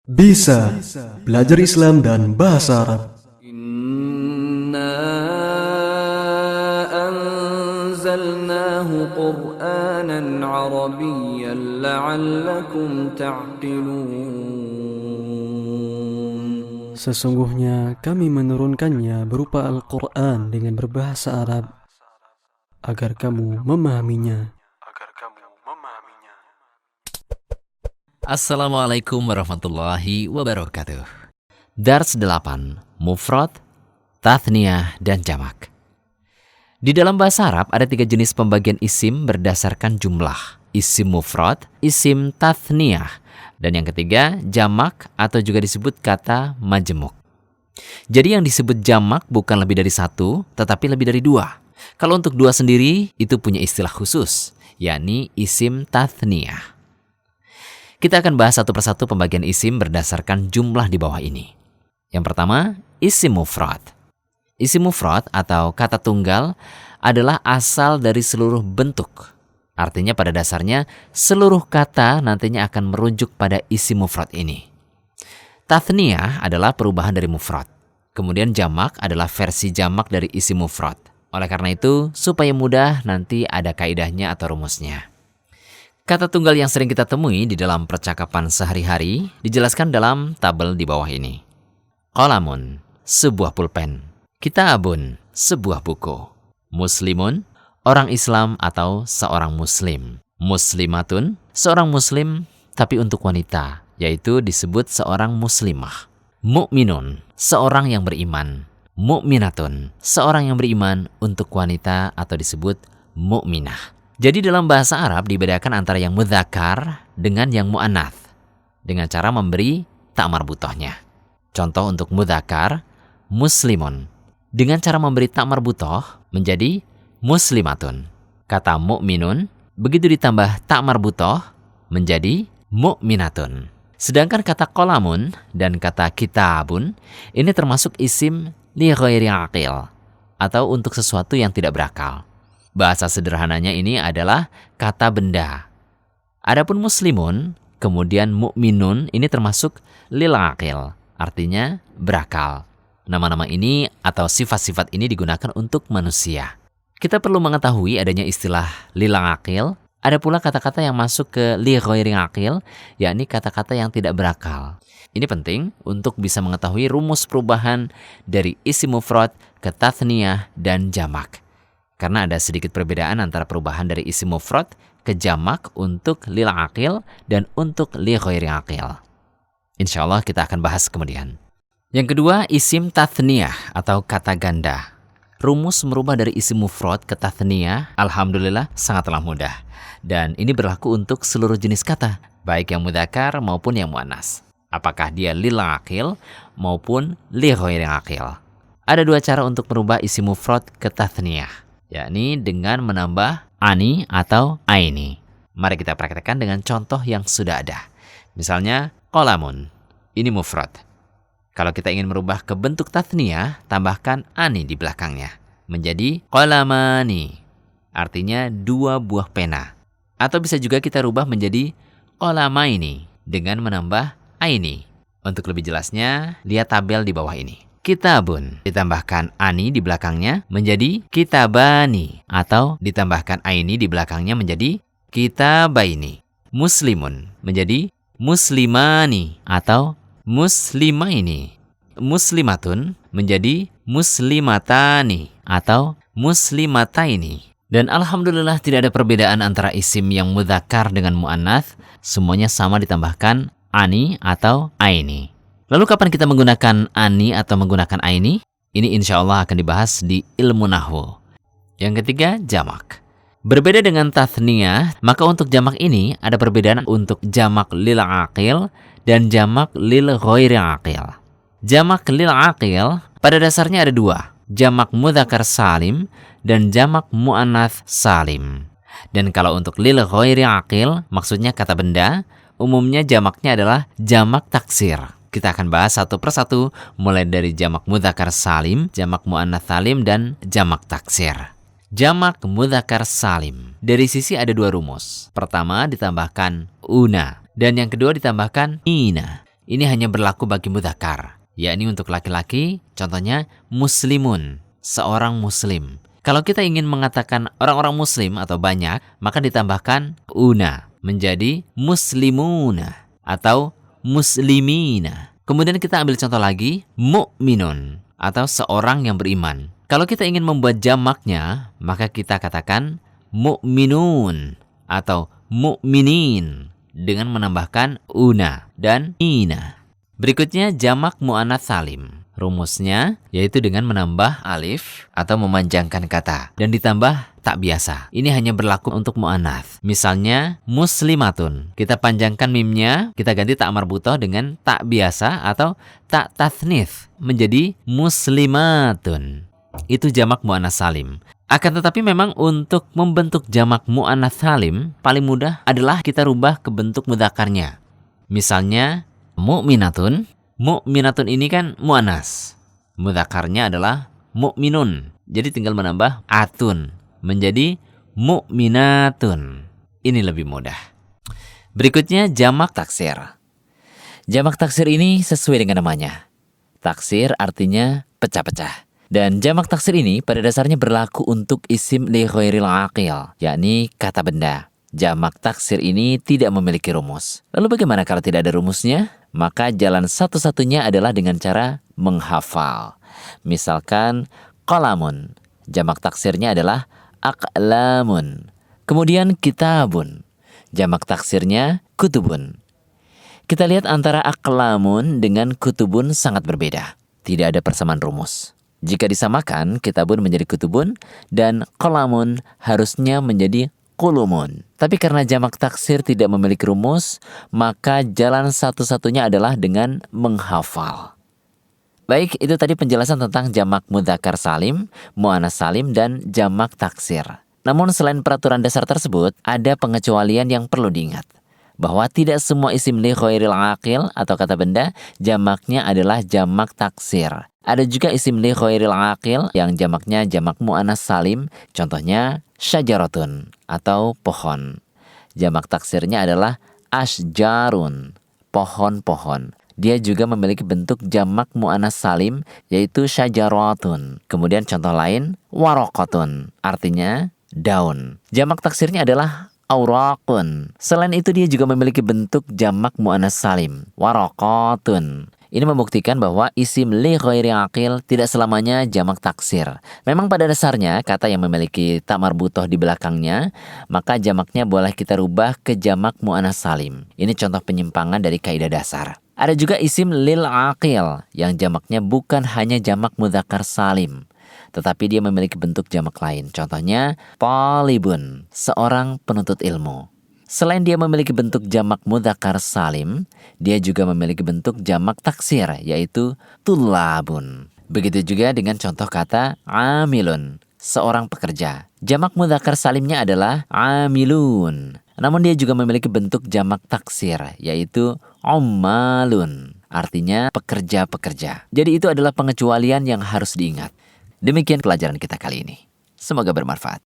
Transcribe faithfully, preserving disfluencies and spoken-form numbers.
Bisa belajar Islam dan bahasa Arab. Inna anzalnahu Qur'anan Arabiyyan la'allakum ta'qilun. Sesungguhnya kami menurunkannya berupa Al-Quran dengan berbahasa Arab agar kamu memahaminya. Assalamualaikum warahmatullahi wabarakatuh. Dars delapan, Mufrad, Tathniyah, dan Jamak. Di dalam bahasa Arab ada tiga jenis pembagian isim berdasarkan jumlah. Isim mufrad, isim tathniyah, dan yang ketiga jamak atau juga disebut kata majemuk. Jadi yang disebut jamak bukan lebih dari satu, tetapi lebih dari dua. Kalau untuk dua sendiri itu punya istilah khusus, yakni isim tathniyah. Kita akan bahas satu persatu pembagian isim berdasarkan jumlah di bawah ini. Yang pertama, isim mufrad. Isim mufrad atau kata tunggal adalah asal dari seluruh bentuk. Artinya pada dasarnya seluruh kata nantinya akan merujuk pada isim mufrad ini. Tathniyah adalah perubahan dari mufrad. Kemudian jamak adalah versi jamak dari isim mufrad. Oleh karena itu, supaya mudah nanti ada kaidahnya atau rumusnya. Kata tunggal yang sering kita temui di dalam percakapan sehari-hari dijelaskan dalam tabel di bawah ini. Qalamun, sebuah pulpen. Kitabun, sebuah buku. Muslimun, orang Islam atau seorang muslim. Muslimatun, seorang muslim tapi untuk wanita, yaitu disebut seorang muslimah. Mu'minun, seorang yang beriman. Mu'minatun, seorang yang beriman untuk wanita atau disebut mu'minah. Jadi dalam bahasa Arab dibedakan antara yang mudzakkar dengan yang mu'annath dengan cara memberi ta' marbutohnya. Contoh untuk mudzakkar, muslimun, dengan cara memberi ta' marbutoh menjadi muslimatun. Kata mu'minun begitu ditambah ta' marbutoh menjadi mu'minatun. Sedangkan kata qalamun dan kata kitabun ini termasuk isim li ghairi aqil atau untuk sesuatu yang tidak berakal. Bahasa sederhananya ini adalah kata benda. Adapun muslimun, kemudian mu'minun ini termasuk lil aqil, artinya berakal. Nama-nama ini atau sifat-sifat ini digunakan untuk manusia. Kita perlu mengetahui adanya istilah lil aqil, ada pula kata-kata yang masuk ke li ghairi aqil, yakni kata-kata yang tidak berakal. Ini penting untuk bisa mengetahui rumus perubahan dari isim mufrad ke tathniyah dan jamak. Karena ada sedikit perbedaan antara perubahan dari isim mufrad ke jamak untuk lil aqil dan untuk li ghairi aqil. Insyaallah kita akan bahas kemudian. Yang kedua, isim tathniyah atau kata ganda. Rumus merubah dari isim mufrad ke tathniyah, alhamdulillah sangatlah mudah. Dan ini berlaku untuk seluruh jenis kata, baik yang mudzakkar maupun yang muannas. Apakah dia lil aqil maupun li ghairi aqil. Ada dua cara untuk merubah isim mufrad ke tathniyah, yakni dengan menambah ani atau aini. Mari kita praktekkan dengan contoh yang sudah ada. Misalnya, qalamun. Ini mufrad. Kalau kita ingin merubah ke bentuk tathniyah, tambahkan ani di belakangnya. Menjadi qalamani. Artinya dua buah pena. Atau bisa juga kita rubah menjadi qalamaini dengan menambah aini. Untuk lebih jelasnya, lihat tabel di bawah ini. Kitabun, ditambahkan ani di belakangnya menjadi kitabani, atau ditambahkan aini di belakangnya menjadi kitabaini. Muslimun menjadi muslimani atau muslimaini. Muslimatun menjadi muslimatani atau muslimataini. Dan alhamdulillah tidak ada perbedaan antara isim yang mudzakkar dengan mu'annath, semuanya sama ditambahkan ani atau aini. Lalu kapan kita menggunakan ani atau menggunakan aini? Ini insya Allah akan dibahas di ilmu nahwu. Yang ketiga, jamak. Berbeda dengan tathniyah, maka untuk jamak ini ada perbedaan untuk jamak lil aqil dan jamak lil ghairi aqil. Jamak lil aqil pada dasarnya ada dua, jamak mudzakkar salim dan jamak mu'annath salim. Dan kalau untuk lil ghairi aqil, maksudnya kata benda, umumnya jamaknya adalah jamak taksir. Kita akan bahas satu persatu mulai dari jamak mudzakkar salim, jamak muannats salim, dan jamak taksir. Jamak mudzakkar salim. Dari sisi ada dua rumus. Pertama ditambahkan una dan yang kedua ditambahkan ina. Ini hanya berlaku bagi mudzakkar, yakni untuk laki-laki, contohnya muslimun, seorang muslim. Kalau kita ingin mengatakan orang-orang muslim atau banyak, maka ditambahkan una, menjadi muslimuna atau muslimina. Kemudian kita ambil contoh lagi, mu'minun atau seorang yang beriman. Kalau kita ingin membuat jamaknya, maka kita katakan mu'minun atau mu'minin dengan menambahkan una dan ina. Berikutnya jamak muannats salim. Rumusnya yaitu dengan menambah alif atau memanjangkan kata dan ditambah tak biasa. Ini hanya berlaku untuk muannats. Misalnya muslimatun. Kita panjangkan mimnya, kita ganti tak marbutoh dengan tak biasa atau tak tathnits menjadi muslimatun. Itu jamak muannats salim. Akan tetapi memang untuk membentuk jamak muannats salim paling mudah adalah kita rubah ke bentuk mudzakarnya. Misalnya mu'minatun. Mu'minatun ini kan muannas. Mudzakarnya adalah mu'minun. Jadi tinggal menambah atun menjadi mu'minatun. Ini lebih mudah. Berikutnya jamak taksir. Jamak taksir ini sesuai dengan namanya. Taksir artinya pecah-pecah. Dan jamak taksir ini pada dasarnya berlaku untuk isim li ghairil aqil, yakni kata benda. Jamak taksir ini tidak memiliki rumus. Lalu bagaimana kalau tidak ada rumusnya? Maka jalan satu-satunya adalah dengan cara menghafal. Misalkan qalamun, jamak taksirnya adalah aqlamun. Kemudian kitabun, jamak taksirnya kutubun. Kita lihat antara aqlamun dengan kutubun sangat berbeda. Tidak ada persamaan rumus. Jika disamakan, kitabun menjadi kutubun dan qalamun harusnya menjadi qulumun. Tapi karena jamak taksir tidak memiliki rumus, maka jalan satu-satunya adalah dengan menghafal. Baik, itu tadi penjelasan tentang jamak mudzakkar salim, muannats salim, dan jamak taksir. Namun selain peraturan dasar tersebut, ada pengecualian yang perlu diingat. Bahwa tidak semua isim li ghairil aqil atau kata benda, jamaknya adalah jamak taksir. Ada juga isim li ghairil aqil yang jamaknya jamak muannats salim, contohnya syajaratun atau pohon. Jamak taksirnya adalah asjarun, pohon-pohon. Dia juga memiliki bentuk jamak muannats salim yaitu syajaratun. Kemudian contoh lain waraqatun, artinya daun. Jamak taksirnya adalah auraqun. Selain itu dia juga memiliki bentuk jamak muannats salim, waraqatun. Ini membuktikan bahwa isim li ghairi aqil tidak selamanya jamak taksir. Memang pada dasarnya kata yang memiliki ta marbutoh di belakangnya, maka jamaknya boleh kita rubah ke jamak muannats salim. Ini contoh penyimpangan dari kaidah dasar. Ada juga isim lil aqil yang jamaknya bukan hanya jamak mudzakkar salim, tetapi dia memiliki bentuk jamak lain. Contohnya talibun, seorang penuntut ilmu. Selain dia memiliki bentuk jamak mudzakkar salim, dia juga memiliki bentuk jamak taksir, yaitu tullabun. Begitu juga dengan contoh kata amilun, seorang pekerja. Jamak mudzakkar salimnya adalah amilun. Namun dia juga memiliki bentuk jamak taksir, yaitu ummalun, artinya pekerja-pekerja. Jadi itu adalah pengecualian yang harus diingat. Demikian pelajaran kita kali ini. Semoga bermanfaat.